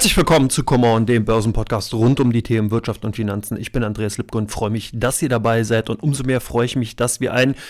Herzlich willkommen zu Come On, dem Börsenpodcast rund um die Themen Wirtschaft und Finanzen. Ich bin Andreas Lipke und freue mich, dass ihr dabei seid. Und umso mehr freue ich mich, dass wir einen,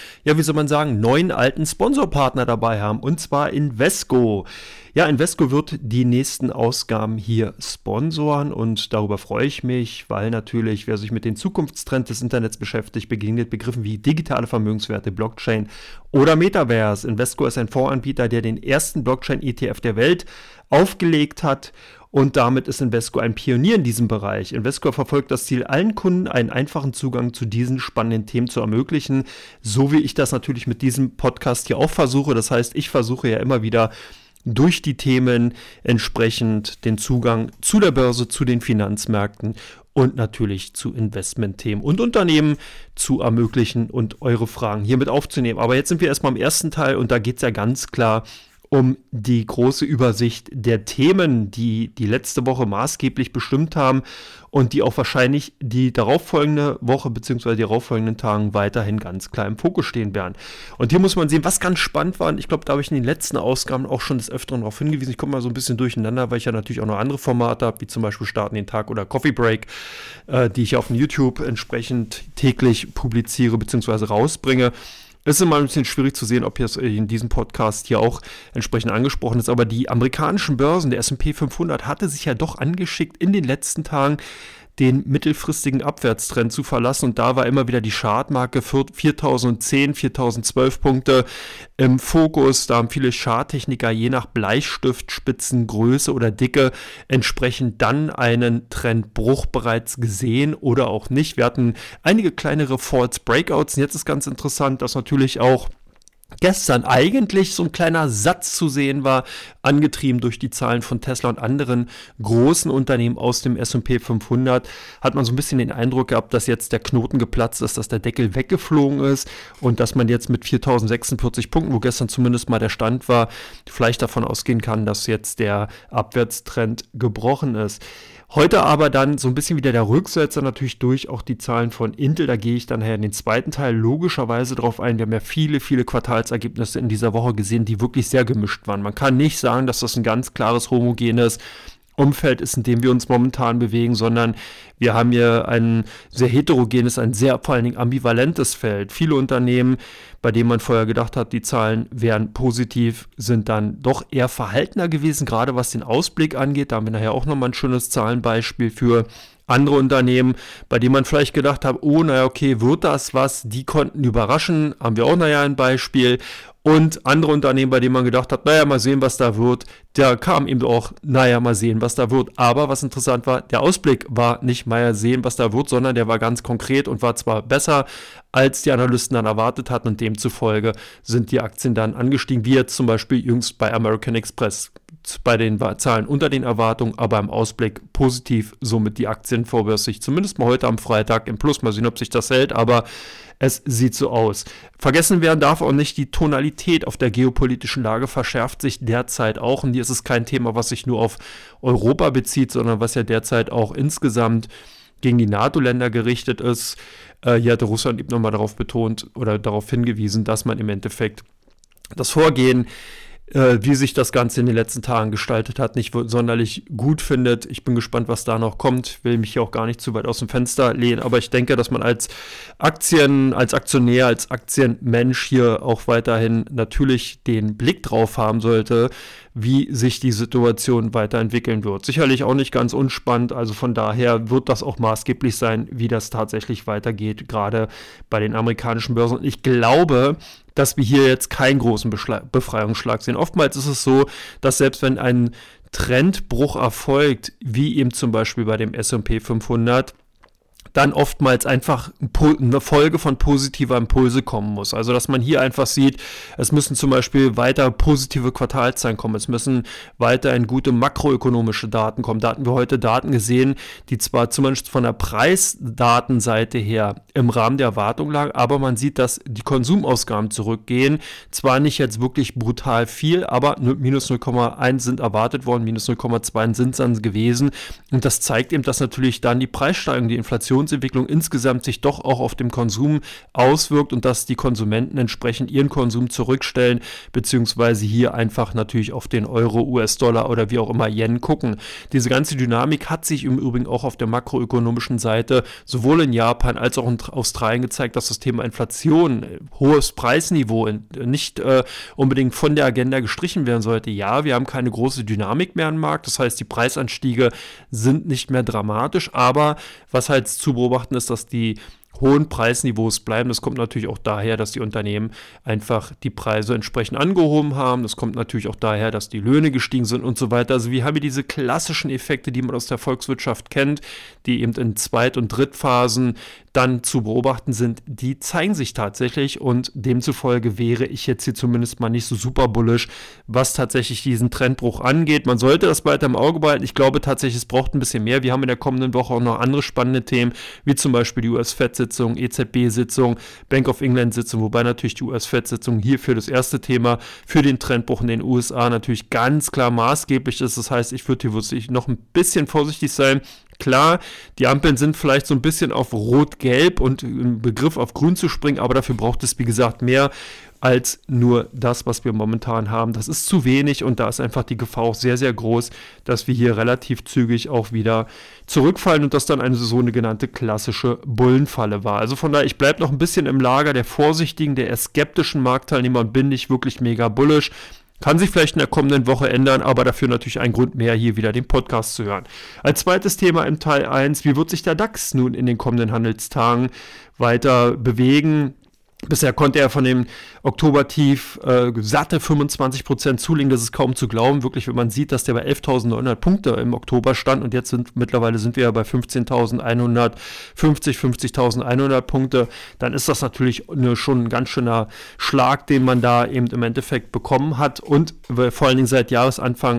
neuen alten Sponsorpartner dabei haben. Und zwar Invesco. Ja, Invesco wird die nächsten Ausgaben hier sponsoren und darüber freue ich mich, weil natürlich, wer sich mit den Zukunftstrends des Internets beschäftigt, begegnet Begriffen wie digitale Vermögenswerte, Blockchain oder Metaverse. Invesco ist ein Fondsanbieter, der den ersten Blockchain-ETF der Welt aufgelegt hat. Und damit ist Invesco ein Pionier in diesem Bereich. Invesco verfolgt das Ziel, allen Kunden einen einfachen Zugang zu diesen spannenden Themen zu ermöglichen, so wie ich das natürlich mit diesem Podcast hier auch versuche. Das heißt, ich versuche ja immer wieder durch die Themen entsprechend den Zugang zu der Börse, zu den Finanzmärkten und natürlich zu Investmentthemen und Unternehmen zu ermöglichen und eure Fragen hiermit aufzunehmen. Aber jetzt sind wir erstmal im ersten Teil und da geht es ja ganz klar um die große Übersicht der Themen, die die letzte Woche maßgeblich bestimmt haben und die auch wahrscheinlich die darauffolgende Woche bzw. die darauffolgenden Tagen weiterhin ganz klar im Fokus stehen werden. Und hier muss man sehen, was ganz spannend war, und ich glaube, da habe ich in den letzten Ausgaben auch schon des Öfteren darauf hingewiesen. Ich komme mal so ein bisschen durcheinander, weil ich ja natürlich auch noch andere Formate habe, wie zum Beispiel Starten den Tag oder Coffee Break, die ich auf dem YouTube entsprechend täglich publiziere bzw. rausbringe. Es ist immer ein bisschen schwierig zu sehen, ob jetzt in diesem Podcast hier auch entsprechend angesprochen ist, aber die amerikanischen Börsen, der S&P 500, hatte sich ja doch angeschickt, in den letzten Tagen den mittelfristigen Abwärtstrend zu verlassen und da war immer wieder die Chartmarke 4010, 4012 Punkte im Fokus. Da haben viele Charttechniker je nach Bleistiftspitzengröße oder Dicke entsprechend dann einen Trendbruch bereits gesehen oder auch nicht. Wir hatten einige kleinere False Breakouts und jetzt ist ganz interessant, dass natürlich auch gestern eigentlich so ein kleiner Satz zu sehen war, angetrieben durch die Zahlen von Tesla und anderen großen Unternehmen aus dem S&P 500, hat man so ein bisschen den Eindruck gehabt, dass jetzt der Knoten geplatzt ist, dass der Deckel weggeflogen ist und dass man jetzt mit 4046 Punkten, wo gestern zumindest mal der Stand war, vielleicht davon ausgehen kann, dass jetzt der Abwärtstrend gebrochen ist. Heute aber dann so ein bisschen wieder der Rücksetzer natürlich durch auch die Zahlen von Intel. Da gehe ich dann in den zweiten Teil logischerweise drauf ein. Wir haben ja viele Quartalsergebnisse in dieser Woche gesehen, die wirklich sehr gemischt waren. Man kann nicht sagen, dass das ein ganz klares homogenes Umfeld ist, in dem wir uns momentan bewegen, sondern wir haben hier ein sehr heterogenes, ein sehr vor allen Dingen ambivalentes Feld. Viele Unternehmen, bei denen man vorher gedacht hat, die Zahlen wären positiv, sind dann doch eher verhaltener gewesen, gerade was den Ausblick angeht. Da haben wir nachher auch nochmal ein schönes Zahlenbeispiel für. Andere Unternehmen, bei denen man vielleicht gedacht hat, wird das was, die konnten überraschen, haben wir auch ein Beispiel. Und andere Unternehmen, bei denen man gedacht hat, mal sehen, was da wird, da kam eben auch, mal sehen, was da wird. Aber was interessant war, der Ausblick war nicht mal sehen, was da wird, sondern der war ganz konkret und war zwar besser, als die Analysten dann erwartet hatten und demzufolge sind die Aktien dann angestiegen, wie jetzt zum Beispiel jüngst bei American Express. Bei den Zahlen unter den Erwartungen, aber im Ausblick positiv, somit die Aktien vorbörslich, zumindest mal heute am Freitag im Plus, mal sehen, ob sich das hält, aber es sieht so aus. Vergessen werden darf auch nicht, die Tonalität auf der geopolitischen Lage verschärft sich derzeit auch und hier ist es kein Thema, was sich nur auf Europa bezieht, sondern was ja derzeit auch insgesamt gegen die NATO-Länder gerichtet ist. Hier hatte Russland eben nochmal darauf betont oder darauf hingewiesen, dass man im Endeffekt das Vorgehen, wie sich das Ganze in den letzten Tagen gestaltet hat, nicht sonderlich gut findet. Ich bin gespannt, was da noch kommt. Will mich hier auch gar nicht zu weit aus dem Fenster lehnen, aber ich denke, dass man als Aktionär, als Aktienmensch hier auch weiterhin natürlich den Blick drauf haben sollte, wie sich die Situation weiterentwickeln wird. Sicherlich auch nicht ganz unspannend, also von daher wird das auch maßgeblich sein, wie das tatsächlich weitergeht, gerade bei den amerikanischen Börsen. Und ich glaube, dass wir hier jetzt keinen großen Befreiungsschlag sehen. Oftmals ist es so, dass selbst wenn ein Trendbruch erfolgt, wie eben zum Beispiel bei dem S&P 500, dann oftmals einfach eine Folge von positiver Impulse kommen muss. Also dass man hier einfach sieht, es müssen zum Beispiel weiter positive Quartalszahlen kommen, es müssen weiterhin gute makroökonomische Daten kommen. Da hatten wir heute Daten gesehen, die zwar zumindest von der Preisdatenseite her im Rahmen der Erwartung lagen, aber man sieht, dass die Konsumausgaben zurückgehen. Zwar nicht jetzt wirklich brutal viel, aber minus 0,1 sind erwartet worden, minus 0,2 sind es dann gewesen. Und das zeigt eben, dass natürlich dann die Preissteigerung, die Inflation Inflationsentwicklung insgesamt sich doch auch auf den Konsum auswirkt und dass die Konsumenten entsprechend ihren Konsum zurückstellen, beziehungsweise hier einfach natürlich auf den Euro, US-Dollar oder wie auch immer Yen gucken. Diese ganze Dynamik hat sich im Übrigen auch auf der makroökonomischen Seite sowohl in Japan als auch in Australien gezeigt, dass das Thema Inflation, hohes Preisniveau nicht unbedingt von der Agenda gestrichen werden sollte. Ja, wir haben keine große Dynamik mehr am Markt, das heißt, die Preisanstiege sind nicht mehr dramatisch, aber was halt zu beobachten ist, dass die hohen Preisniveaus bleiben. Das kommt natürlich auch daher, dass die Unternehmen einfach die Preise entsprechend angehoben haben. Das kommt natürlich auch daher, dass die Löhne gestiegen sind und so weiter. Also wir haben hier diese klassischen Effekte, die man aus der Volkswirtschaft kennt, die eben in Zweit- und Drittphasen dann zu beobachten sind, die zeigen sich tatsächlich und demzufolge wäre ich jetzt hier zumindest mal nicht so super bullish, was tatsächlich diesen Trendbruch angeht. Man sollte das weiter im Auge behalten. Ich glaube tatsächlich, es braucht ein bisschen mehr. Wir haben in der kommenden Woche auch noch andere spannende Themen, wie zum Beispiel die US-Fed-Sitzung, EZB-Sitzung, Bank of England-Sitzung, wobei natürlich die US-Fed-Sitzung hier für das erste Thema, für den Trendbruch in den USA natürlich ganz klar maßgeblich ist. Das heißt, ich würde hier wirklich noch ein bisschen vorsichtig sein. Klar, die Ampeln sind vielleicht so ein bisschen auf Rot-Gelb und im Begriff auf Grün zu springen, aber dafür braucht es, wie gesagt, mehr als nur das, was wir momentan haben. Das ist zu wenig und da ist einfach die Gefahr auch sehr, sehr groß, dass wir hier relativ zügig auch wieder zurückfallen und das dann so eine genannte klassische Bullenfalle war. Also von daher, ich bleibe noch ein bisschen im Lager der vorsichtigen, der eher skeptischen Marktteilnehmer und bin nicht wirklich mega bullish. Kann sich vielleicht in der kommenden Woche ändern, aber dafür natürlich ein Grund mehr, hier wieder den Podcast zu hören. Als zweites Thema im Teil 1, wie wird sich der DAX nun in den kommenden Handelstagen weiter bewegen? Bisher konnte er von dem Oktobertief satte 25% zulegen. Das ist kaum zu glauben, wirklich, wenn man sieht, dass der bei 11.900 Punkte im Oktober stand und jetzt mittlerweile sind wir ja bei 15.150, 50.100 Punkte, dann ist das natürlich schon ein ganz schöner Schlag, den man da eben im Endeffekt bekommen hat und vor allen Dingen seit Jahresanfang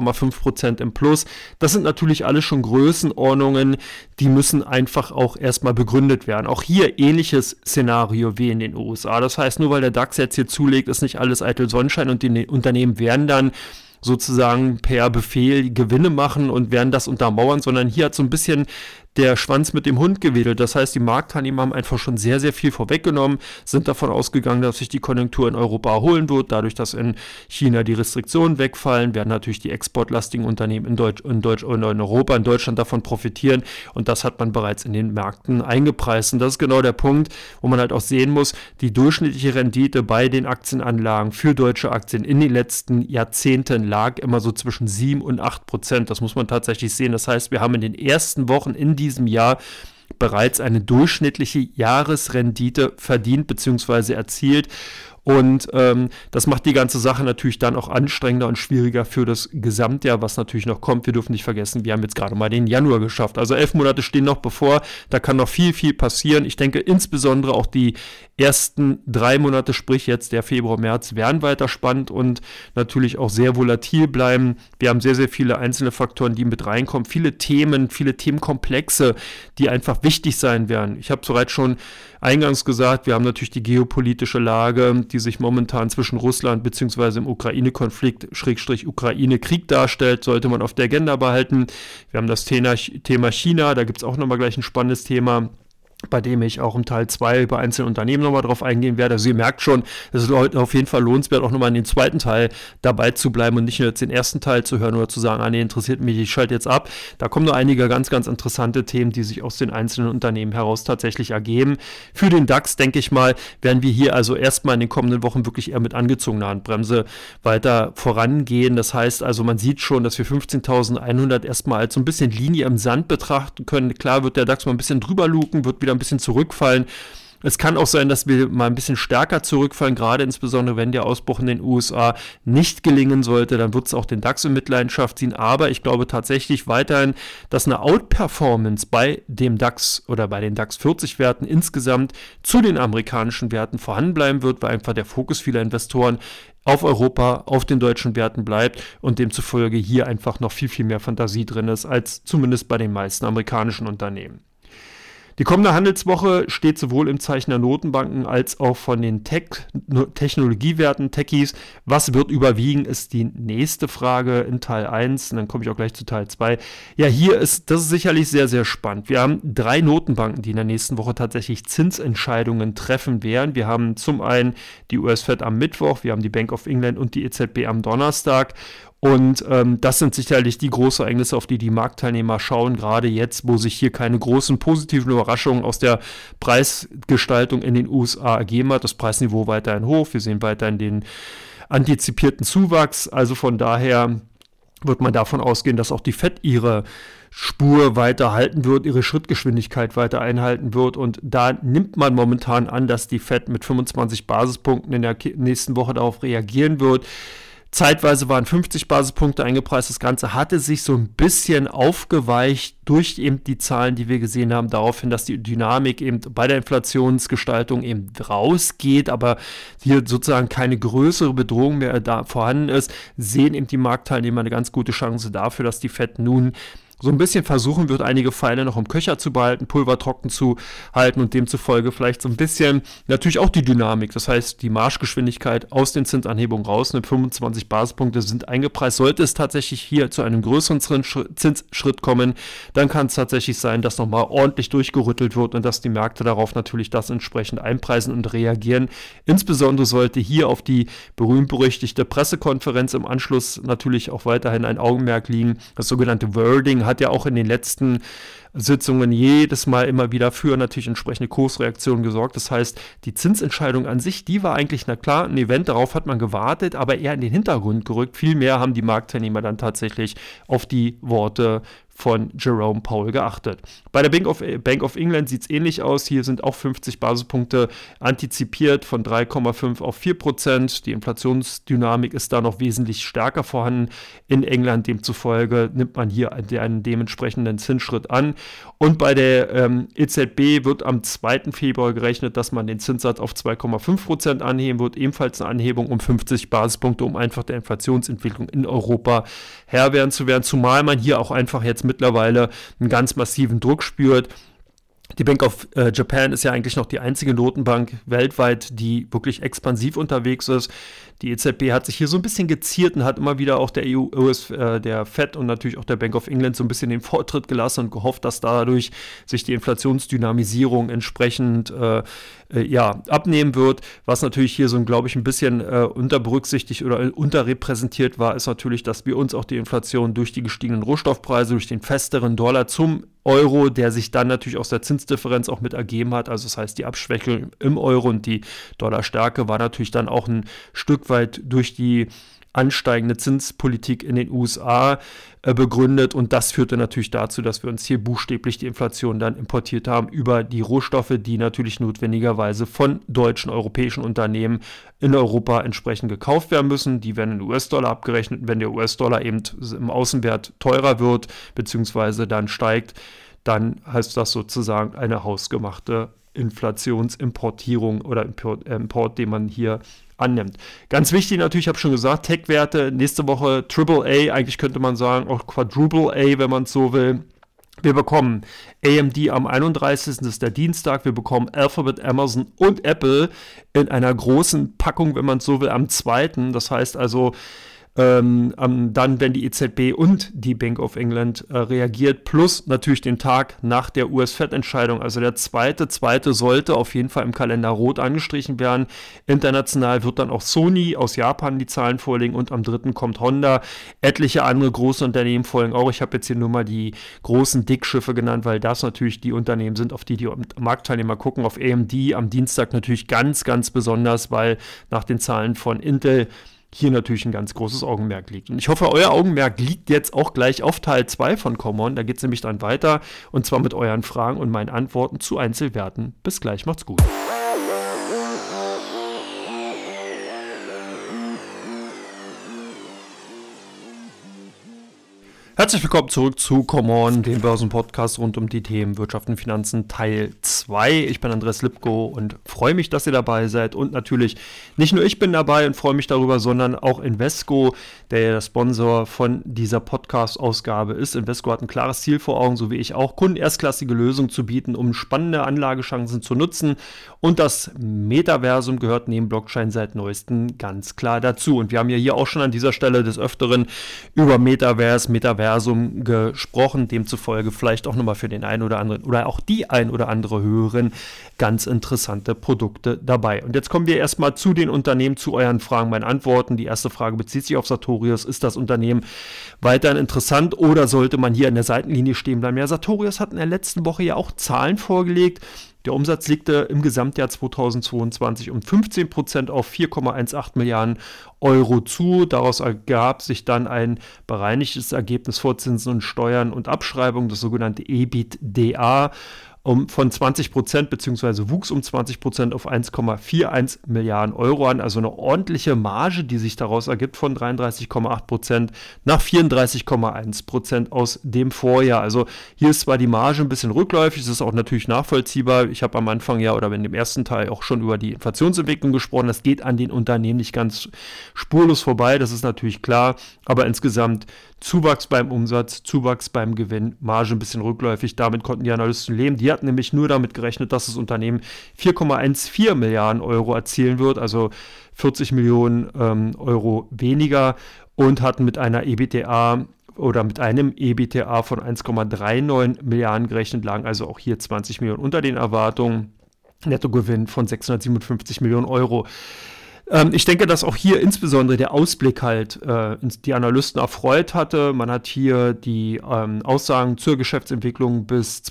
8,5% im Plus. Das sind natürlich alles schon Größenordnungen, die müssen einfach auch erstmal begründet werden. Auch hier ähnliches Szenario wie in den USA. Das heißt, nur weil der DAX jetzt hier zulegt, ist nicht alles eitel Sonnenschein und die Unternehmen werden dann sozusagen per Befehl Gewinne machen und werden das untermauern, sondern hier hat so ein bisschen der Schwanz mit dem Hund gewedelt. Das heißt, die Marktteilnehmer haben einfach schon sehr, sehr viel vorweggenommen, sind davon ausgegangen, dass sich die Konjunktur in Europa erholen wird. Dadurch, dass in China die Restriktionen wegfallen, werden natürlich die exportlastigen Unternehmen in Europa, in Deutschland davon profitieren. Und das hat man bereits in den Märkten eingepreist. Und das ist genau der Punkt, wo man halt auch sehen muss, die durchschnittliche Rendite bei den Aktienanlagen für deutsche Aktien in den letzten Jahrzehnten lag immer so zwischen 7 und 8%. Das muss man tatsächlich sehen. Das heißt, wir haben in den ersten Wochen in diesem Jahr bereits eine durchschnittliche Jahresrendite verdient bzw. erzielt. Und das macht die ganze Sache natürlich dann auch anstrengender und schwieriger für das Gesamtjahr, was natürlich noch kommt. Wir dürfen nicht vergessen, wir haben jetzt gerade mal den Januar geschafft. Also 11 Monate stehen noch bevor. Da kann noch viel, viel passieren. Ich denke insbesondere auch die ersten 3 Monate, sprich jetzt der Februar, März, werden weiter spannend und natürlich auch sehr volatil bleiben. Wir haben sehr, sehr viele einzelne Faktoren, die mit reinkommen. Viele Themenkomplexe, die einfach wichtig sein werden. Ich habe bereits schon eingangs gesagt, wir haben natürlich die geopolitische Lage, die sich momentan zwischen Russland bzw. im Ukraine-Konflikt / Ukraine-Krieg darstellt, sollte man auf der Agenda behalten. Wir haben das Thema China, da gibt es auch nochmal gleich ein spannendes Thema, bei dem ich auch im Teil 2 über einzelne Unternehmen nochmal drauf eingehen werde. Also ihr merkt schon, es ist heute auf jeden Fall lohnenswert, auch nochmal in den zweiten Teil dabei zu bleiben und nicht nur jetzt den ersten Teil zu hören oder zu sagen, nee, interessiert mich, ich schalte jetzt ab. Da kommen noch einige ganz, ganz interessante Themen, die sich aus den einzelnen Unternehmen heraus tatsächlich ergeben. Für den DAX, denke ich mal, werden wir hier also erstmal in den kommenden Wochen wirklich eher mit angezogener Handbremse weiter vorangehen. Das heißt also, man sieht schon, dass wir 15.100 erstmal als so ein bisschen Linie im Sand betrachten können. Klar wird der DAX mal ein bisschen drüber luken, wird wieder ein bisschen zurückfallen. Es kann auch sein, dass wir mal ein bisschen stärker zurückfallen, gerade insbesondere wenn der Ausbruch in den USA nicht gelingen sollte, dann wird es auch den DAX in Mitleidenschaft ziehen, aber ich glaube tatsächlich weiterhin, dass eine Outperformance bei dem DAX oder bei den DAX 40 Werten insgesamt zu den amerikanischen Werten vorhanden bleiben wird, weil einfach der Fokus vieler Investoren auf Europa, auf den deutschen Werten bleibt und demzufolge hier einfach noch viel, viel mehr Fantasie drin ist, als zumindest bei den meisten amerikanischen Unternehmen. Die kommende Handelswoche steht sowohl im Zeichen der Notenbanken als auch von den Technologiewerten, Techies. Was wird überwiegen, ist die nächste Frage in Teil 1 und dann komme ich auch gleich zu Teil 2. Ja, das ist sicherlich sehr, sehr spannend. Wir haben 3 Notenbanken, die in der nächsten Woche tatsächlich Zinsentscheidungen treffen werden. Wir haben zum einen die US-Fed am Mittwoch, wir haben die Bank of England und die EZB am Donnerstag. Und das sind sicherlich die großen Ereignisse, auf die die Marktteilnehmer schauen, gerade jetzt, wo sich hier keine großen positiven Überraschungen aus der Preisgestaltung in den USA ergeben hat. Das Preisniveau weiterhin hoch, wir sehen weiterhin den antizipierten Zuwachs. Also von daher wird man davon ausgehen, dass auch die Fed ihre Spur weiter halten wird, ihre Schrittgeschwindigkeit weiter einhalten wird. Und da nimmt man momentan an, dass die Fed mit 25 Basispunkten in der nächsten Woche darauf reagieren wird. Zeitweise waren 50 Basispunkte eingepreist. Das Ganze hatte sich so ein bisschen aufgeweicht durch eben die Zahlen, die wir gesehen haben, daraufhin, dass die Dynamik eben bei der Inflationsgestaltung eben rausgeht, aber hier sozusagen keine größere Bedrohung mehr da vorhanden ist, sehen eben die Marktteilnehmer eine ganz gute Chance dafür, dass die Fed nun so ein bisschen versuchen wird, einige Pfeile noch im Köcher zu behalten, Pulver trocken zu halten und demzufolge vielleicht so ein bisschen natürlich auch die Dynamik, das heißt die Marschgeschwindigkeit aus den Zinsanhebungen rausnimmt. 25 Basispunkte sind eingepreist. Sollte es tatsächlich hier zu einem größeren Zinsschritt kommen, dann kann es tatsächlich sein, dass nochmal ordentlich durchgerüttelt wird und dass die Märkte darauf natürlich das entsprechend einpreisen und reagieren. Insbesondere sollte hier auf die berühmt-berüchtigte Pressekonferenz im Anschluss natürlich auch weiterhin ein Augenmerk liegen. Das sogenannte Wording hat ja auch in den letzten Sitzungen jedes Mal immer wieder für natürlich entsprechende Kursreaktionen gesorgt. Das heißt, die Zinsentscheidung an sich, die war eigentlich, na klar, ein Event, darauf hat man gewartet, aber eher in den Hintergrund gerückt. Vielmehr haben die Marktteilnehmer dann tatsächlich auf die Worte von Jerome Powell geachtet. Bei der Bank of England sieht es ähnlich aus. Hier sind auch 50 Basispunkte antizipiert von 3,5 auf 4%. Die Inflationsdynamik ist da noch wesentlich stärker vorhanden in England. Demzufolge nimmt man hier einen dementsprechenden Zinsschritt an. Und bei der EZB wird am 2. Februar gerechnet, dass man den Zinssatz auf 2,5% anheben wird. Ebenfalls eine Anhebung um 50 Basispunkte, um einfach der Inflationsentwicklung in Europa Herr werden zu werden. Zumal man hier auch einfach jetzt mittlerweile einen ganz massiven Druck spürt. Die Bank of Japan ist ja eigentlich noch die einzige Notenbank weltweit, die wirklich expansiv unterwegs ist. Die EZB hat sich hier so ein bisschen geziert und hat immer wieder auch der der Fed und natürlich auch der Bank of England so ein bisschen den Vortritt gelassen und gehofft, dass dadurch sich die Inflationsdynamisierung entsprechend abnehmen wird. Was natürlich hier so, glaube ich, ein bisschen unterberücksichtigt oder unterrepräsentiert war, ist natürlich, dass wir uns auch die Inflation durch die gestiegenen Rohstoffpreise, durch den festeren Dollar zum Euro, der sich dann natürlich aus der Zinsdifferenz auch mit ergeben hat. Also das heißt, die Abschwächung im Euro und die Dollarstärke war natürlich dann auch ein Stück weit durch die ansteigende Zinspolitik in den USA begründet und das führte natürlich dazu, dass wir uns hier buchstäblich die Inflation dann importiert haben über die Rohstoffe, die natürlich notwendigerweise von deutschen, europäischen Unternehmen in Europa entsprechend gekauft werden müssen. Die werden in US-Dollar abgerechnet. Wenn der US-Dollar eben im Außenwert teurer wird bzw. dann steigt, dann heißt das sozusagen eine hausgemachte Inflationsimportierung oder Import, den man hier annimmt. Ganz wichtig natürlich, ich habe schon gesagt, Tech-Werte, nächste Woche AAA, eigentlich könnte man sagen auch Quadruple A, wenn man es so will. Wir bekommen AMD am 31., das ist der Dienstag, wir bekommen Alphabet, Amazon und Apple in einer großen Packung, wenn man es so will, am 2., das heißt also, dann, wenn die EZB und die Bank of England reagiert, plus natürlich den Tag nach der US-Fed-Entscheidung, also der zweite sollte auf jeden Fall im Kalender rot angestrichen werden. International wird dann auch Sony aus Japan die Zahlen vorlegen und am 3. kommt Honda. Etliche andere große Unternehmen folgen auch. Ich habe jetzt hier nur mal die großen Dickschiffe genannt, weil das natürlich die Unternehmen sind, auf die Marktteilnehmer gucken. Auf AMD am Dienstag natürlich ganz, ganz besonders, weil nach den Zahlen von Intel hier natürlich ein ganz großes Augenmerk liegt. Und ich hoffe, euer Augenmerk liegt jetzt auch gleich auf Teil 2 von Come On. Da geht es nämlich dann weiter und zwar mit euren Fragen und meinen Antworten zu Einzelwerten. Bis gleich, macht's gut. Herzlich willkommen zurück zu Come On, dem Börsenpodcast rund um die Themen Wirtschaft und Finanzen Teil 2. Ich bin Andreas Lipko und freue mich, dass ihr dabei seid. Und natürlich nicht nur ich bin dabei und freue mich darüber, sondern auch Invesco, der Sponsor von dieser Podcast-Ausgabe ist. Invesco hat ein klares Ziel vor Augen, so wie ich auch, Kunden erstklassige Lösungen zu bieten, um spannende Anlagechancen zu nutzen. Und das Metaversum gehört neben Blockchain seit neuestem ganz klar dazu. Und wir haben ja hier auch schon an dieser Stelle des Öfteren über Metaversum gesprochen, demzufolge vielleicht auch nochmal für den einen oder anderen oder auch die ein oder andere Hörerin ganz interessante Produkte dabei. Und jetzt kommen wir erstmal zu den Unternehmen, zu euren Fragen, meinen Antworten. Die erste Frage bezieht sich auf Sartorius. Ist das Unternehmen weiterhin interessant oder sollte man hier in der Seitenlinie stehen bleiben? Ja, Sartorius hat in der letzten Woche ja auch Zahlen vorgelegt. Der Umsatz legte im Gesamtjahr 2022 um 15% auf 4,18 Milliarden Euro zu. Daraus ergab sich dann ein bereinigtes Ergebnis vor Zinsen und Steuern und Abschreibung, das sogenannte EBITDA, von 20% bzw. wuchs um 20% auf 1,41 Milliarden Euro an. Also eine ordentliche Marge, die sich daraus ergibt von 33,8% nach 34,1% aus dem Vorjahr. Also hier ist zwar die Marge ein bisschen rückläufig, das ist auch natürlich nachvollziehbar. Ich habe am Anfang ja oder in dem ersten Teil auch schon über die Inflationsentwicklung gesprochen. Das geht an den Unternehmen nicht ganz spurlos vorbei, das ist natürlich klar. Aber insgesamt Zuwachs beim Umsatz, Zuwachs beim Gewinn, Marge ein bisschen rückläufig. Damit konnten die Analysten leben. Die hatten nämlich nur damit gerechnet, dass das Unternehmen 4,14 Milliarden Euro erzielen wird, also 40 Millionen Euro weniger und hatten mit einer EBITDA oder mit einem EBITDA von 1,39 Milliarden gerechnet, lagen also auch hier 20 Millionen unter den Erwartungen. Nettogewinn von 657 Millionen Euro. Ich denke, dass auch hier insbesondere der Ausblick halt die Analysten erfreut hatte. Man hat hier die Aussagen zur Geschäftsentwicklung bis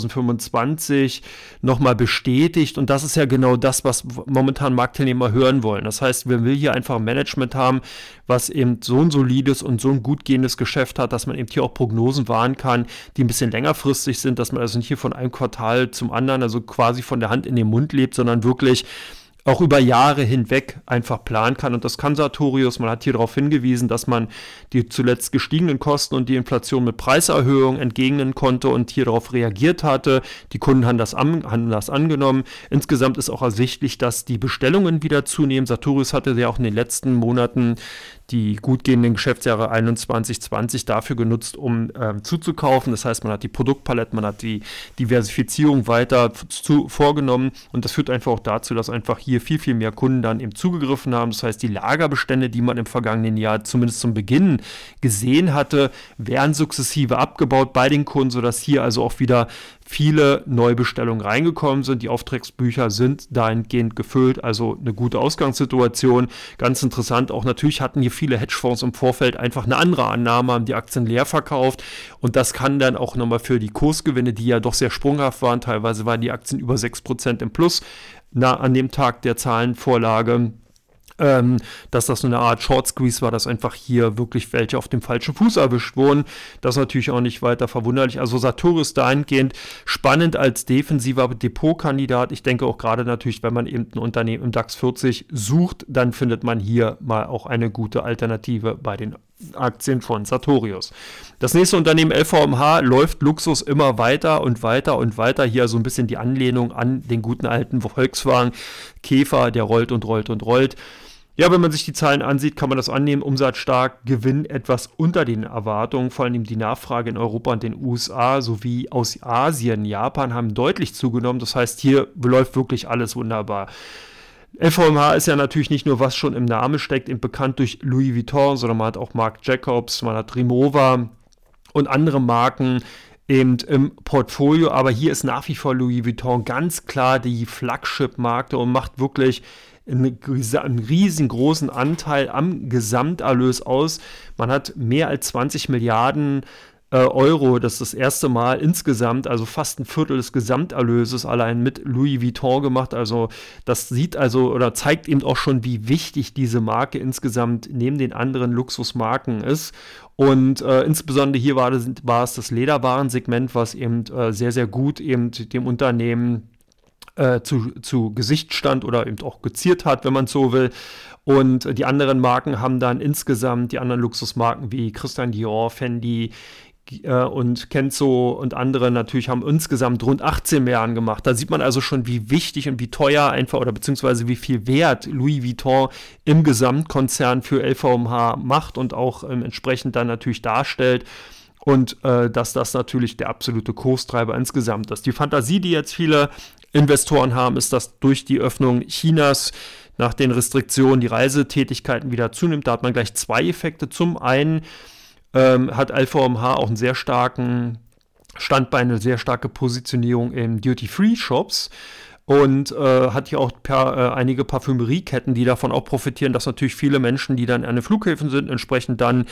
2025 nochmal bestätigt. Und das ist ja genau das, was momentan Marktteilnehmer hören wollen. Das heißt, wir will hier einfach ein Management haben, was eben so ein solides und so ein gut gehendes Geschäft hat, dass man eben hier auch Prognosen wahren kann, die ein bisschen längerfristig sind, dass man also nicht hier von einem Quartal zum anderen, also quasi von der Hand in den Mund lebt, sondern wirklich auch über Jahre hinweg einfach planen kann. Und das kann Sartorius. Man hat hier darauf hingewiesen, dass man die zuletzt gestiegenen Kosten und die Inflation mit Preiserhöhungen entgegnen konnte und hier darauf reagiert hatte. Die Kunden haben das angenommen. Insgesamt ist auch ersichtlich, dass die Bestellungen wieder zunehmen. Sartorius hatte ja auch in den letzten Monaten die gut gehenden Geschäftsjahre 21, 20 dafür genutzt, um zuzukaufen. Das heißt, man hat die Produktpalette, man hat die Diversifizierung weiter vorgenommen und das führt einfach auch dazu, dass einfach hier viel, viel mehr Kunden dann eben zugegriffen haben. Das heißt, die Lagerbestände, die man im vergangenen Jahr zumindest zum Beginn gesehen hatte, werden sukzessive abgebaut bei den Kunden, sodass hier also auch wieder viele Neubestellungen reingekommen sind. Die Auftragsbücher sind dahingehend gefüllt, also eine gute Ausgangssituation. Ganz interessant, auch natürlich hatten hier viele Hedgefonds im Vorfeld einfach eine andere Annahme, haben die Aktien leer verkauft und das kann dann auch nochmal für die Kursgewinne, die ja doch sehr sprunghaft waren, teilweise waren die Aktien über 6% im Plus, an dem Tag der Zahlenvorlage, dass das so eine Art Short Squeeze war, dass einfach hier wirklich welche auf dem falschen Fuß erwischt wurden. Das ist natürlich auch nicht weiter verwunderlich. Also Sartorius dahingehend spannend als defensiver Depotkandidat. Ich denke auch gerade natürlich, wenn man eben ein Unternehmen im DAX 40 sucht, dann findet man hier mal auch eine gute Alternative bei den Aktien von Sartorius. Das nächste Unternehmen LVMH läuft Luxus immer weiter und weiter und weiter. Hier so ein bisschen die Anlehnung an den guten alten Volkswagen Käfer, der rollt und rollt und rollt. Ja, wenn man sich die Zahlen ansieht, kann man das annehmen. Umsatz stark, Gewinn etwas unter den Erwartungen. Vor allem die Nachfrage in Europa und den USA sowie aus Asien, Japan haben deutlich zugenommen. Das heißt, hier läuft wirklich alles wunderbar. LVMH ist ja natürlich nicht nur, was schon im Namen steckt, eben bekannt durch Louis Vuitton, sondern man hat auch Marc Jacobs, man hat Rimowa und andere Marken eben im Portfolio. Aber hier ist nach wie vor Louis Vuitton ganz klar die Flagship-Marke und macht wirklich einen riesengroßen Anteil am Gesamterlös aus. Man hat mehr als 20 Milliarden Euro, das ist das erste Mal insgesamt, also fast ein Viertel des Gesamterlöses allein mit Louis Vuitton gemacht. Also das sieht also oder zeigt eben auch schon, wie wichtig diese Marke insgesamt neben den anderen Luxusmarken ist. Und insbesondere hier war es das Lederwarensegment, was eben sehr, sehr gut eben dem Unternehmen zu Gesicht stand oder eben auch geziert hat, wenn man so will. Und die anderen Marken haben dann insgesamt, die anderen Luxusmarken wie Christian Dior, Fendi und Kenzo und andere natürlich haben insgesamt rund 18 Milliarden gemacht. Da sieht man also schon, wie wichtig und wie teuer einfach oder beziehungsweise wie viel Wert Louis Vuitton im Gesamtkonzern für LVMH macht und auch entsprechend dann natürlich darstellt. Und dass das natürlich der absolute Kurstreiber insgesamt ist. Die Fantasie, die jetzt viele Investoren haben, ist, dass durch die Öffnung Chinas nach den Restriktionen die Reisetätigkeiten wieder zunimmt. Da hat man gleich zwei Effekte. Zum einen hat LVMH auch einen sehr starken Standbein, eine sehr starke Positionierung in Duty-Free-Shops und hat hier auch einige Parfümerieketten, die davon auch profitieren, dass natürlich viele Menschen, die dann an den Flughäfen sind, entsprechend dann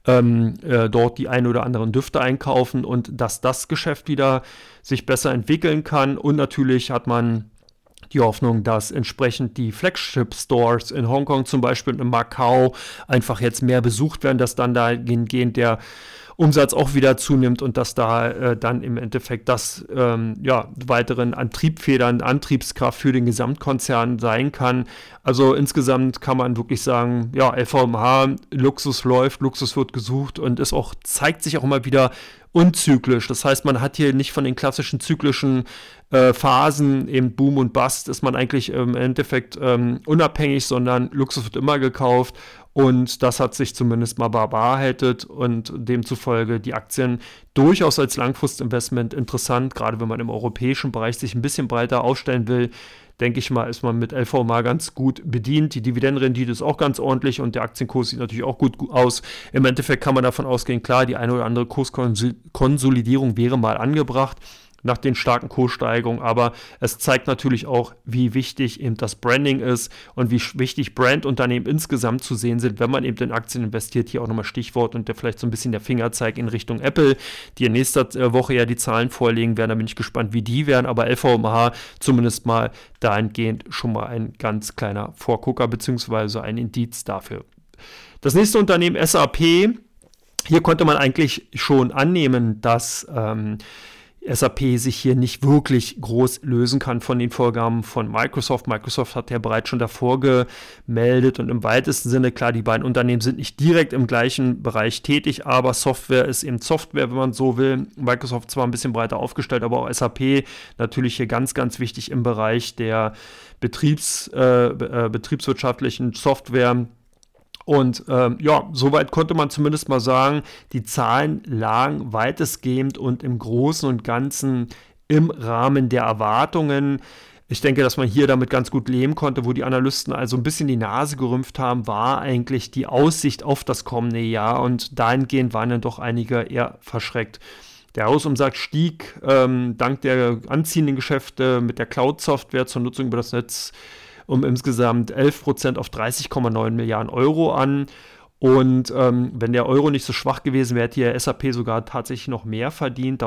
dort die ein oder anderen Düfte einkaufen und dass das Geschäft wieder sich besser entwickeln kann. Und natürlich hat man die Hoffnung, dass entsprechend die Flagship-Stores in Hongkong zum Beispiel und in Macau einfach jetzt mehr besucht werden, dass dann dahingehend der Umsatz auch wieder zunimmt und dass da dann im Endeffekt das weiteren Antriebskraft für den Gesamtkonzern sein kann. Also insgesamt kann man wirklich sagen, ja, LVMH, Luxus läuft, Luxus wird gesucht und es auch zeigt sich auch immer wieder unzyklisch. Das heißt, man hat hier nicht von den klassischen zyklischen Phasen, eben Boom und Bust, ist man eigentlich im Endeffekt unabhängig, sondern Luxus wird immer gekauft und das hat sich zumindest mal bewahrheitet und demzufolge die Aktien durchaus als Langfristinvestment interessant, gerade wenn man im europäischen Bereich sich ein bisschen breiter aufstellen will. Denke ich mal, ist man mit LVMH ganz gut bedient. Die Dividendenrendite ist auch ganz ordentlich und der Aktienkurs sieht natürlich auch gut aus. Im Endeffekt kann man davon ausgehen, klar, die eine oder andere Kurskonsolidierung wäre mal angebracht nach den starken Kurssteigerungen, aber es zeigt natürlich auch, wie wichtig eben das Branding ist und wie wichtig Brandunternehmen insgesamt zu sehen sind, wenn man eben in Aktien investiert. Hier auch nochmal Stichwort und vielleicht so ein bisschen der Fingerzeig in Richtung Apple, die in nächster Woche ja die Zahlen vorlegen werden. Da bin ich gespannt, wie die werden, aber LVMH zumindest mal dahingehend schon mal ein ganz kleiner Vorgucker beziehungsweise ein Indiz dafür. Das nächste Unternehmen SAP, hier konnte man eigentlich schon annehmen, dass SAP sich hier nicht wirklich groß lösen kann von den Vorgaben von Microsoft. Microsoft hat ja bereits schon davor gemeldet und im weitesten Sinne, klar, die beiden Unternehmen sind nicht direkt im gleichen Bereich tätig, aber Software ist eben Software, wenn man so will. Microsoft zwar ein bisschen breiter aufgestellt, aber auch SAP natürlich hier ganz, ganz wichtig im Bereich der betriebswirtschaftlichen Software. Und soweit konnte man zumindest mal sagen, die Zahlen lagen weitestgehend und im Großen und Ganzen im Rahmen der Erwartungen. Ich denke, dass man hier damit ganz gut leben konnte, wo die Analysten also ein bisschen die Nase gerümpft haben, war eigentlich die Aussicht auf das kommende Jahr und dahingehend waren dann doch einige eher verschreckt. Der Hausumsatz stieg dank der anziehenden Geschäfte mit der Cloud-Software zur Nutzung über das Netz um insgesamt 11% auf 30,9 Milliarden Euro an. Und wenn der Euro nicht so schwach gewesen wäre, hätte hier SAP sogar tatsächlich noch mehr verdient.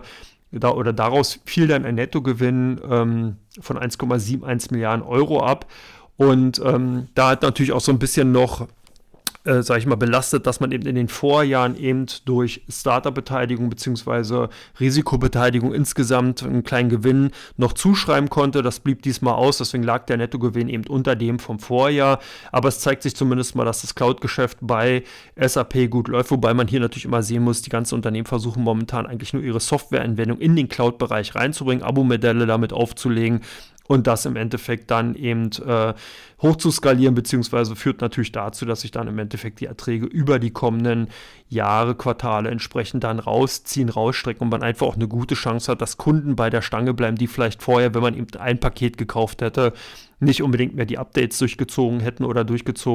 Daraus fiel dann ein Nettogewinn von 1,71 Milliarden Euro ab. Und da hat natürlich auch so ein bisschen noch belastet, dass man eben in den Vorjahren eben durch Startup-Beteiligung bzw. Risikobeteiligung insgesamt einen kleinen Gewinn noch zuschreiben konnte. Das blieb diesmal aus, deswegen lag der Nettogewinn eben unter dem vom Vorjahr. Aber es zeigt sich zumindest mal, dass das Cloud-Geschäft bei SAP gut läuft, wobei man hier natürlich immer sehen muss, die ganzen Unternehmen versuchen momentan eigentlich nur ihre Softwareanwendung in den Cloud-Bereich reinzubringen, Abo-Modelle damit aufzulegen. Und das im Endeffekt dann eben hoch zu skalieren, beziehungsweise führt natürlich dazu, dass sich dann im Endeffekt die Erträge über die kommenden Jahre, Quartale entsprechend dann rausstrecken und man einfach auch eine gute Chance hat, dass Kunden bei der Stange bleiben, die vielleicht vorher, wenn man eben ein Paket gekauft hätte, nicht unbedingt mehr die Updates durchgezogen hätten oder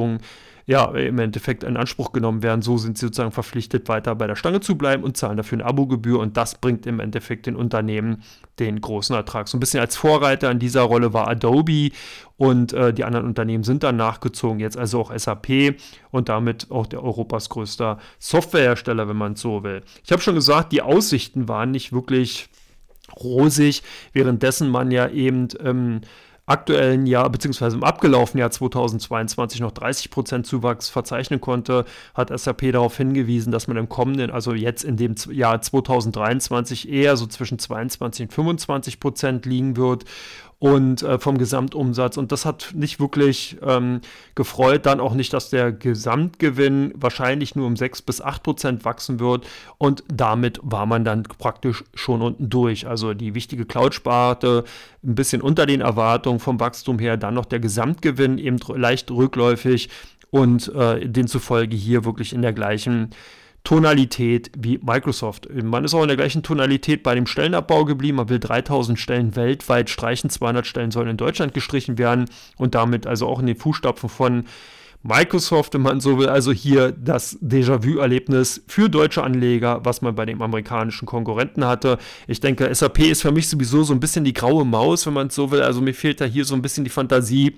im Endeffekt in Anspruch genommen werden. So sind sie sozusagen verpflichtet, weiter bei der Stange zu bleiben und zahlen dafür eine Abogebühr und das bringt im Endeffekt den Unternehmen den großen Ertrag. So ein bisschen als Vorreiter in dieser Rolle war Adobe und die anderen Unternehmen sind dann nachgezogen, jetzt also auch SAP und damit auch der Europas größter Softwarehersteller, wenn man es so will. Ich habe schon gesagt, die Aussichten waren nicht wirklich rosig, währenddessen man ja eben aktuellen Jahr bzw. im abgelaufenen Jahr 2022 noch 30% Zuwachs verzeichnen konnte, hat SAP darauf hingewiesen, dass man im kommenden, also jetzt in dem Jahr 2023 eher so zwischen 22 und 25% liegen wird. und vom Gesamtumsatz. Und das hat nicht wirklich gefreut. Dann auch nicht, dass der Gesamtgewinn wahrscheinlich nur um 6-8% wachsen wird. Und damit war man dann praktisch schon unten durch. Also die wichtige Cloud-Sparte ein bisschen unter den Erwartungen vom Wachstum her. Dann noch der Gesamtgewinn eben leicht rückläufig und demzufolge hier wirklich in der gleichen Tonalität wie Microsoft. Man ist auch in der gleichen Tonalität bei dem Stellenabbau geblieben. Man will 3000 Stellen weltweit streichen, 200 Stellen sollen in Deutschland gestrichen werden und damit also auch in den Fußstapfen von Microsoft, wenn man so will. Also hier das Déjà-vu-Erlebnis für deutsche Anleger, was man bei dem amerikanischen Konkurrenten hatte. Ich denke, SAP ist für mich sowieso so ein bisschen die graue Maus, wenn man es so will. Also mir fehlt da hier so ein bisschen die Fantasie.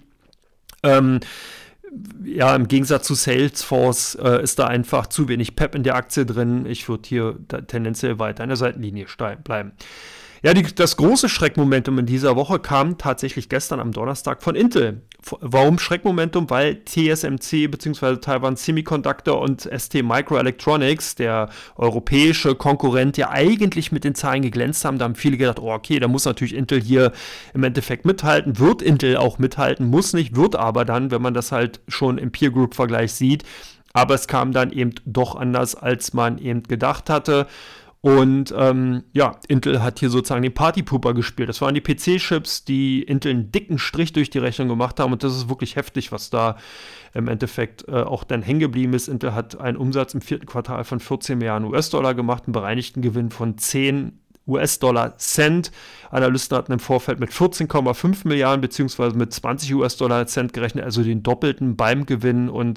Ja, im Gegensatz zu Salesforce ist da einfach zu wenig Pep in der Aktie drin. Ich würde hier tendenziell weiter in der Seitenlinie bleiben. Ja, das große Schreckmomentum in dieser Woche kam tatsächlich gestern am Donnerstag von Intel. Warum Schreckmomentum? Weil TSMC bzw. Taiwan Semiconductor und ST Microelectronics, der europäische Konkurrent, ja eigentlich mit den Zahlen geglänzt haben. Da haben viele gedacht, oh okay, da muss natürlich Intel hier im Endeffekt mithalten. Wird Intel auch mithalten, muss nicht, wird aber dann, wenn man das halt schon im Peer Group Vergleich sieht. Aber es kam dann eben doch anders, als man eben gedacht hatte. Und ja, Intel hat hier sozusagen den Partypooper gespielt. Das waren die PC-Chips, die Intel einen dicken Strich durch die Rechnung gemacht haben. Und das ist wirklich heftig, was da im Endeffekt auch dann hängen geblieben ist. Intel hat einen Umsatz im 4. Quartal von 14 Milliarden US-Dollar gemacht, einen bereinigten Gewinn von 10 US-Dollar-Cent. Analysten hatten im Vorfeld mit 14,5 Milliarden bzw. mit 20 US-Dollar-Cent gerechnet, also den doppelten beim Gewinn und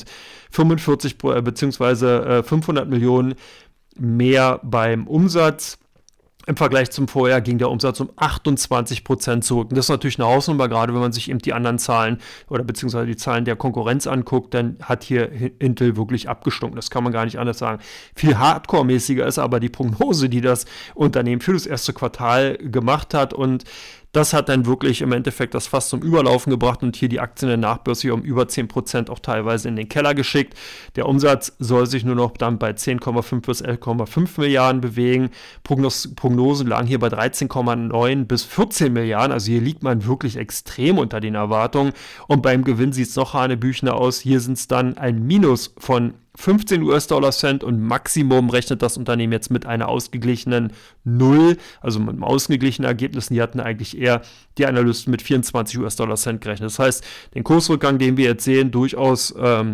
45 bzw. 500 Millionen mehr beim Umsatz. Im Vergleich zum Vorjahr ging der Umsatz um 28% zurück. Und das ist natürlich eine Hausnummer, gerade wenn man sich eben die anderen Zahlen oder beziehungsweise die Zahlen der Konkurrenz anguckt, dann hat hier Intel wirklich abgestunken. Das kann man gar nicht anders sagen. Viel hardcore-mäßiger ist aber die Prognose, die das Unternehmen für das erste Quartal gemacht hat, und das hat dann wirklich im Endeffekt das fast zum Überlaufen gebracht und hier die Aktien der Nachbörse hier um über 10% auch teilweise in den Keller geschickt. Der Umsatz soll sich nur noch dann bei 10,5 bis 11,5 Milliarden bewegen. Prognosen lagen hier bei 13,9 bis 14 Milliarden. Also hier liegt man wirklich extrem unter den Erwartungen. Und beim Gewinn sieht es noch hanebüchner aus. Hier sind es dann ein Minus von 15 US-Dollar-Cent und Maximum rechnet das Unternehmen jetzt mit einer ausgeglichenen Null, also mit einem ausgeglichenen Ergebnis. Die hatten eigentlich eher die Analysten mit 24 US-Dollar-Cent gerechnet. Das heißt, den Kursrückgang, den wir jetzt sehen, durchaus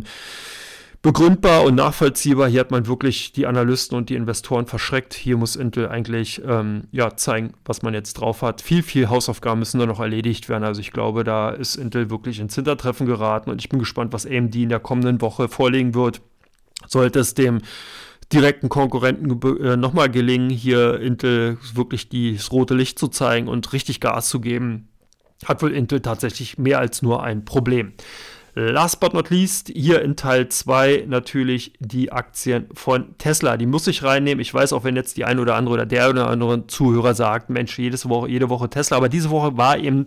begründbar und nachvollziehbar. Hier hat man wirklich die Analysten und die Investoren verschreckt. Hier muss Intel eigentlich zeigen, was man jetzt drauf hat. Viel Hausaufgaben müssen da noch erledigt werden. Also ich glaube, da ist Intel wirklich ins Hintertreffen geraten und ich bin gespannt, was AMD in der kommenden Woche vorlegen wird. Sollte es dem direkten Konkurrenten nochmal gelingen, hier Intel wirklich das rote Licht zu zeigen und richtig Gas zu geben, hat wohl Intel tatsächlich mehr als nur ein Problem. Last but not least, hier in Teil 2 natürlich die Aktien von Tesla. Die muss ich reinnehmen. Ich weiß auch, wenn jetzt die ein oder andere oder der oder andere Zuhörer sagt, Mensch, jede Woche Tesla. Aber diese Woche war eben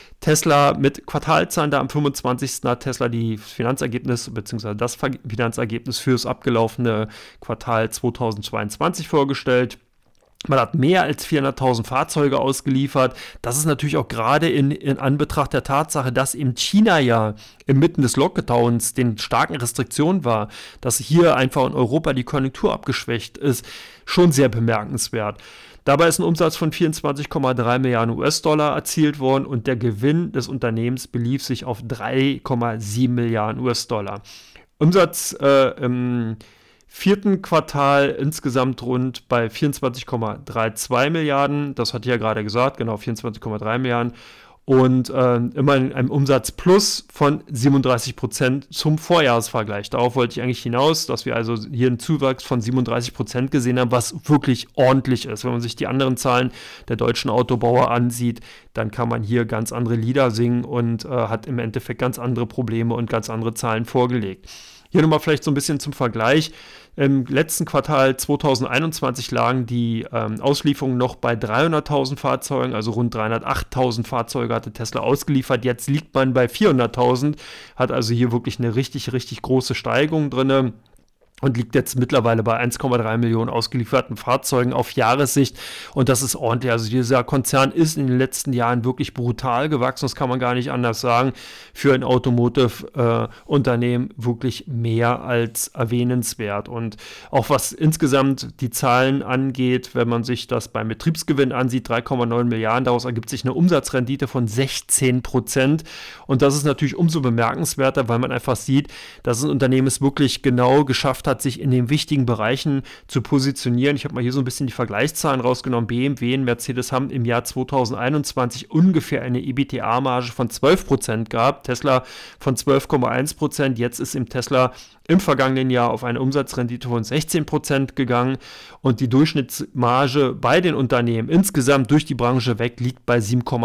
Tesla mit Quartalzahlen. Da am 25. hat Tesla die Finanzergebnis bzw. das Finanzergebnis fürs abgelaufene Quartal 2022 vorgestellt. Man hat mehr als 400.000 Fahrzeuge ausgeliefert. Das ist natürlich auch gerade in Anbetracht der Tatsache, dass eben China ja inmitten des Lockdowns, den starken Restriktionen war, dass hier einfach in Europa die Konjunktur abgeschwächt ist, schon sehr bemerkenswert. Dabei ist ein Umsatz von 24,3 Milliarden US-Dollar erzielt worden und der Gewinn des Unternehmens belief sich auf 3,7 Milliarden US-Dollar. Umsatz im 4. Quartal insgesamt rund bei 24,32 Milliarden. Das hatte ich ja gerade gesagt, genau 24,3 Milliarden. Und immerhin ein Umsatz plus von 37% zum Vorjahresvergleich. Darauf wollte ich eigentlich hinaus, dass wir also hier einen Zuwachs von 37% gesehen haben, was wirklich ordentlich ist. Wenn man sich die anderen Zahlen der deutschen Autobauer ansieht, dann kann man hier ganz andere Lieder singen und hat im Endeffekt ganz andere Probleme und ganz andere Zahlen vorgelegt. Hier nochmal vielleicht so ein bisschen zum Vergleich. Im letzten Quartal 2021 lagen die Auslieferungen noch bei 300.000 Fahrzeugen, also rund 308.000 Fahrzeuge hatte Tesla ausgeliefert. Jetzt liegt man bei 400.000, hat also hier wirklich eine richtig große Steigerung drin. und liegt jetzt mittlerweile bei 1,3 Millionen ausgelieferten Fahrzeugen auf Jahressicht. Und das ist ordentlich. Also dieser Konzern ist in den letzten Jahren wirklich brutal gewachsen. Das kann man gar nicht anders sagen. Für ein Automotive-Unternehmen wirklich mehr als erwähnenswert. Und auch was insgesamt die Zahlen angeht, wenn man sich das beim Betriebsgewinn ansieht, 3,9 Milliarden, daraus ergibt sich eine Umsatzrendite von 16%. Und das ist natürlich umso bemerkenswerter, weil man einfach sieht, dass ein Unternehmen es wirklich genau geschafft hat, sich in den wichtigen Bereichen zu positionieren. Ich habe mal hier so ein bisschen die Vergleichszahlen rausgenommen. BMW und Mercedes haben im Jahr 2021 ungefähr eine EBITDA-Marge von 12% gehabt, Tesla von 12,1%. Jetzt ist im Tesla im vergangenen Jahr auf eine Umsatzrendite von 16% gegangen und die Durchschnittsmarge bei den Unternehmen insgesamt durch die Branche weg liegt bei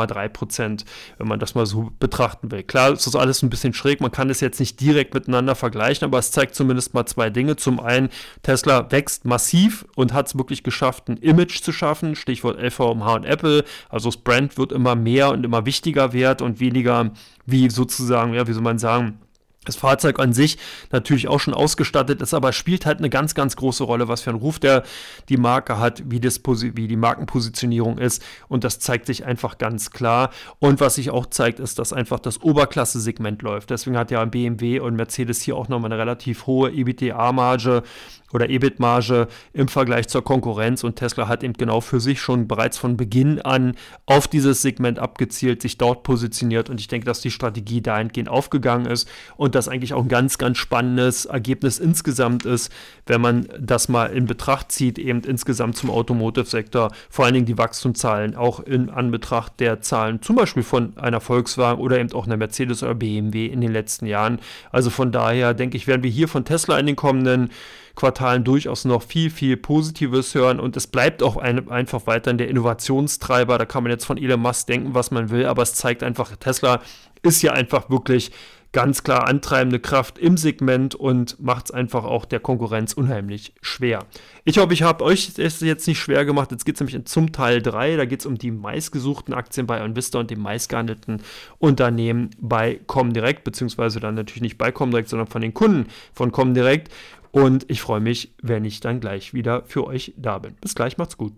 7,3%, wenn man das mal so betrachten will. Klar, ist das alles ein bisschen schräg, man kann es jetzt nicht direkt miteinander vergleichen, aber es zeigt zumindest mal zwei Dinge. Zum einen, Tesla wächst massiv und hat es wirklich geschafft, ein Image zu schaffen, Stichwort LVMH und Apple, also das Brand wird immer mehr und immer wichtiger wert und weniger wie sozusagen, ja, wie soll man sagen, das Fahrzeug an sich natürlich auch schon ausgestattet ist, aber spielt halt eine ganz, ganz große Rolle, was für einen Ruf die Marke hat, wie die Markenpositionierung ist und das zeigt sich einfach ganz klar. Und was sich auch zeigt, ist, dass einfach das Oberklasse-Segment läuft. Deswegen hat ja BMW und Mercedes hier auch nochmal eine relativ hohe EBITDA-Marge oder EBIT-Marge im Vergleich zur Konkurrenz und Tesla hat eben genau für sich schon bereits von Beginn an auf dieses Segment abgezielt, sich dort positioniert und ich denke, dass die Strategie dahingehend aufgegangen ist und das eigentlich auch ein ganz, ganz spannendes Ergebnis insgesamt ist, wenn man das mal in Betracht zieht, eben insgesamt zum Automotive-Sektor, vor allen Dingen die Wachstumszahlen, auch in Anbetracht der Zahlen zum Beispiel von einer Volkswagen oder eben auch einer Mercedes oder BMW in den letzten Jahren. Also von daher denke ich, werden wir hier von Tesla in den kommenden Quartalen durchaus noch viel, viel Positives hören und es bleibt auch einfach weiterhin der Innovationstreiber. Da kann man jetzt von Elon Musk denken, was man will, aber es zeigt einfach, Tesla ist ja einfach wirklich ganz klar antreibende Kraft im Segment und macht es einfach auch der Konkurrenz unheimlich schwer. Ich hoffe, ich habe euch es jetzt nicht schwer gemacht. Jetzt geht es nämlich zum Teil 3. Da geht es um die meistgesuchten Aktien bei OnVista und dem meistgehandelten Unternehmen bei Comdirect, beziehungsweise dann natürlich nicht bei Comdirect, sondern von den Kunden von Comdirect. Und ich freue mich, wenn ich dann gleich wieder für euch da bin. Bis gleich, macht's gut.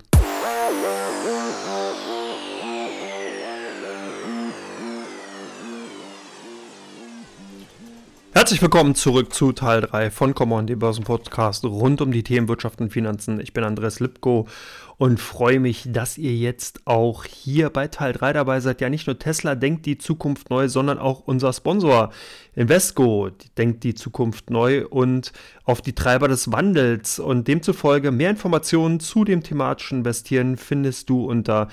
Herzlich willkommen zurück zu Teil 3 von Come On, dem Börsenpodcast rund um die Themen Wirtschaft und Finanzen. Ich bin Andreas Lipko und freue mich, dass ihr jetzt auch hier bei Teil 3 dabei seid. Ja, nicht nur Tesla denkt die Zukunft neu, sondern auch unser Sponsor Invesco denkt die Zukunft neu und auf die Treiber des Wandels. Und demzufolge mehr Informationen zu dem thematischen Investieren findest du unter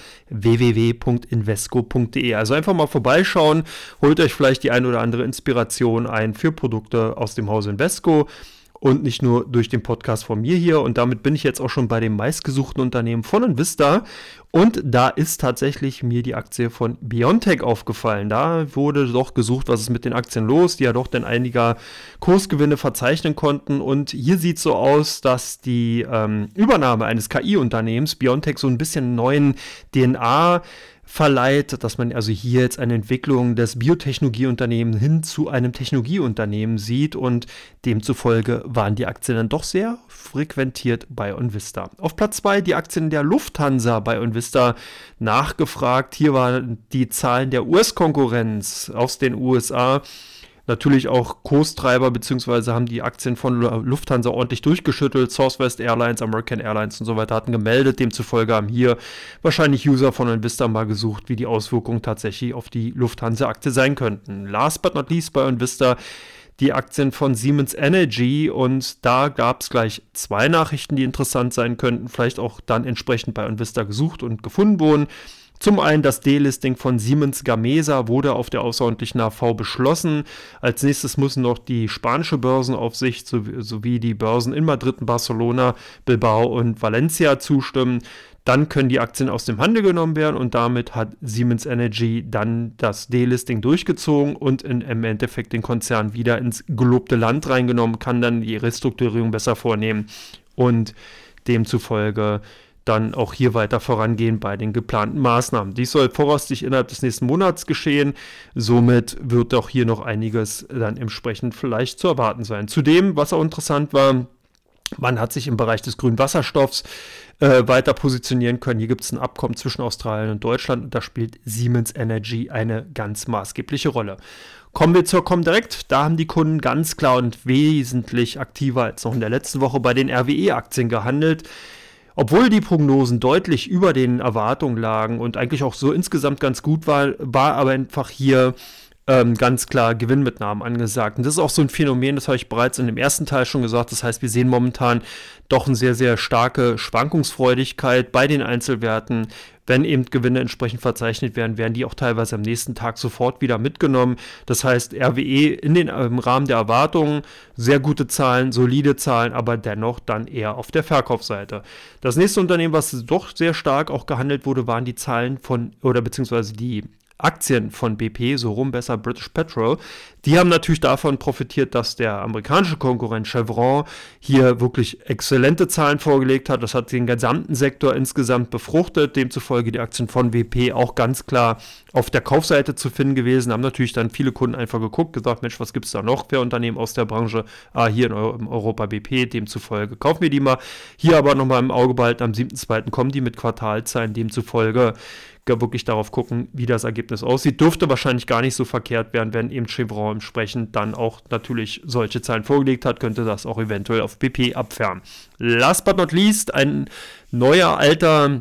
www.invesco.de. Also einfach mal vorbeischauen, holt euch vielleicht die ein oder andere Inspiration ein für Produkte aus dem Hause Invesco. Und nicht nur durch den Podcast von mir hier. Und damit bin ich jetzt auch schon bei dem meistgesuchten Unternehmen von OnVista. Und da ist tatsächlich mir die Aktie von BioNTech aufgefallen. Da wurde doch gesucht, was ist mit den Aktien los, die ja doch dann einiger Kursgewinne verzeichnen konnten. Und hier sieht es so aus, dass die Übernahme eines KI-Unternehmens BioNTech so ein bisschen neuen DNA verleiht, dass man also hier jetzt eine Entwicklung des Biotechnologieunternehmens hin zu einem Technologieunternehmen sieht und demzufolge waren die Aktien dann doch sehr frequentiert bei OnVista. Auf Platz 2 die Aktien der Lufthansa bei OnVista nachgefragt. Hier waren die Zahlen der US-Konkurrenz aus den USA. Natürlich auch Kurstreiber, beziehungsweise haben die Aktien von Lufthansa ordentlich durchgeschüttelt. Southwest Airlines, American Airlines und so weiter hatten gemeldet. Demzufolge haben hier wahrscheinlich User von OnVista mal gesucht, wie die Auswirkungen tatsächlich auf die Lufthansa-Aktie sein könnten. Last but not least bei OnVista die Aktien von Siemens Energy und da gab es gleich zwei Nachrichten, die interessant sein könnten, vielleicht auch dann entsprechend bei OnVista gesucht und gefunden wurden. Zum einen das Delisting von Siemens Gamesa wurde auf der außerordentlichen AV beschlossen. Als nächstes müssen noch die spanische Börsenaufsicht sowie die Börsen in Madrid, Barcelona, Bilbao und Valencia zustimmen. Dann können die Aktien aus dem Handel genommen werden und damit hat Siemens Energy dann das Delisting durchgezogen und im Endeffekt den Konzern wieder ins gelobte Land reingenommen, kann dann die Restrukturierung besser vornehmen und demzufolge dann auch hier weiter vorangehen bei den geplanten Maßnahmen. Dies soll voraussichtlich innerhalb des nächsten Monats geschehen. Somit wird auch hier noch einiges dann entsprechend vielleicht zu erwarten sein. Zudem, was auch interessant war, Man hat sich im Bereich des grünen Wasserstoffs weiter positionieren können. Hier gibt es ein Abkommen zwischen Australien und Deutschland und da spielt Siemens Energy eine ganz maßgebliche Rolle. Kommen wir zur Comdirect. Da haben die Kunden ganz klar und wesentlich aktiver als noch in der letzten Woche bei den RWE-Aktien gehandelt. Obwohl die Prognosen deutlich über den Erwartungen lagen und eigentlich auch so insgesamt ganz gut war aber einfach hier ganz klar Gewinnmitnahmen angesagt. Und das ist auch so ein Phänomen, das habe ich bereits in dem ersten Teil schon gesagt. Das heißt, wir sehen momentan doch eine sehr, sehr starke Schwankungsfreudigkeit bei den Einzelwerten. Wenn eben Gewinne entsprechend verzeichnet werden, werden die auch teilweise am nächsten Tag sofort wieder mitgenommen. Das heißt, RWE im Rahmen der Erwartungen sehr gute Zahlen, solide Zahlen, aber dennoch dann eher auf der Verkaufsseite. Das nächste Unternehmen, was doch sehr stark auch gehandelt wurde, waren die Zahlen beziehungsweise die Aktien von BP, so rum besser British Petrol, die haben natürlich davon profitiert, dass der amerikanische Konkurrent Chevron hier wirklich exzellente Zahlen vorgelegt hat. Das hat den gesamten Sektor insgesamt befruchtet, demzufolge die Aktien von BP auch ganz klar auf der Kaufseite zu finden gewesen. Haben natürlich dann viele Kunden einfach geguckt, gesagt, Mensch, was gibt es da noch für Unternehmen aus der Branche? Hier in Europa BP, demzufolge kaufen wir die mal. Hier aber nochmal im Auge behalten, am 7.2. kommen die mit Quartalzahlen, demzufolge wirklich darauf gucken, wie das Ergebnis aussieht. Dürfte wahrscheinlich gar nicht so verkehrt werden, wenn eben Chevron entsprechend dann auch natürlich solche Zahlen vorgelegt hat, könnte das auch eventuell auf BP abfärben. Last but not least, ein neuer alter,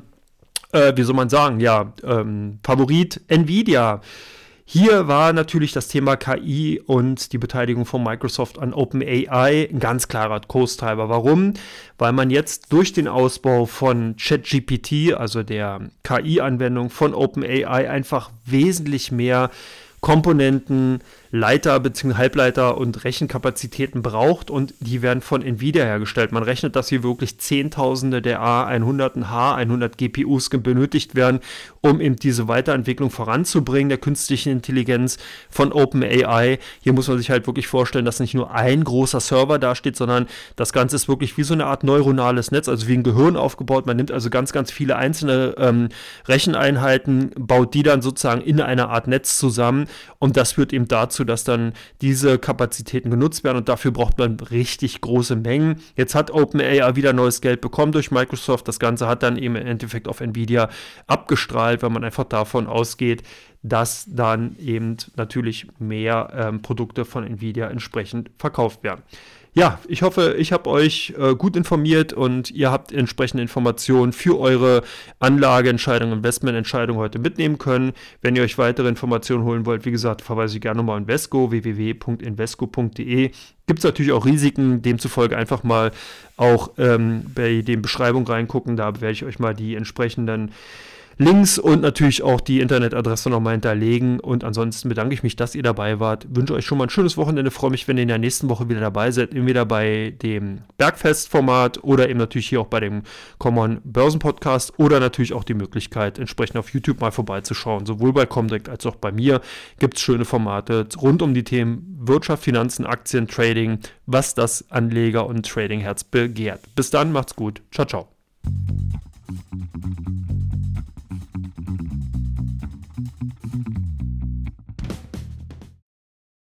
Favorit, Nvidia. Hier war natürlich das Thema KI und die Beteiligung von Microsoft an OpenAI ein ganz klarer Kurstreiber. Warum? Weil man jetzt durch den Ausbau von ChatGPT, also der KI-Anwendung von OpenAI, einfach wesentlich mehr Komponenten, Leiter bzw. Halbleiter und Rechenkapazitäten braucht und die werden von Nvidia hergestellt. Man rechnet, dass hier wirklich Zehntausende der A100 und H100 GPUs benötigt werden, um eben diese Weiterentwicklung voranzubringen, der künstlichen Intelligenz von OpenAI. Hier muss man sich halt wirklich vorstellen, dass nicht nur ein großer Server dasteht, sondern das Ganze ist wirklich wie so eine Art neuronales Netz, also wie ein Gehirn aufgebaut. Man nimmt also ganz, ganz viele einzelne Recheneinheiten, baut die dann sozusagen in einer Art Netz zusammen und das führt eben dazu, dass dann diese Kapazitäten genutzt werden und dafür braucht man richtig große Mengen. Jetzt hat OpenAI wieder neues Geld bekommen durch Microsoft. Das Ganze hat dann eben im Endeffekt auf Nvidia abgestrahlt, weil man einfach davon ausgeht, dass dann eben natürlich mehr Produkte von Nvidia entsprechend verkauft werden. Ja, ich hoffe, ich habe euch gut informiert und ihr habt entsprechende Informationen für eure Anlageentscheidungen, Investmententscheidungen heute mitnehmen können. Wenn ihr euch weitere Informationen holen wollt, wie gesagt, verweise ich gerne nochmal an Invesco, www.invesco.de. Gibt es natürlich auch Risiken, demzufolge einfach mal auch bei den Beschreibungen reingucken, da werde ich euch mal die entsprechenden Links und natürlich auch die Internetadresse nochmal hinterlegen. Und ansonsten bedanke ich mich, dass ihr dabei wart. Wünsche euch schon mal ein schönes Wochenende. Freue mich, wenn ihr in der nächsten Woche wieder dabei seid. Entweder bei dem Bergfest-Format oder eben natürlich hier auch bei dem Common Börsen Podcast oder natürlich auch die Möglichkeit, entsprechend auf YouTube mal vorbeizuschauen. Sowohl bei Comdirect als auch bei mir gibt es schöne Formate rund um die Themen Wirtschaft, Finanzen, Aktien, Trading, was das Anleger- und Tradingherz begehrt. Bis dann, macht's gut. Ciao, ciao.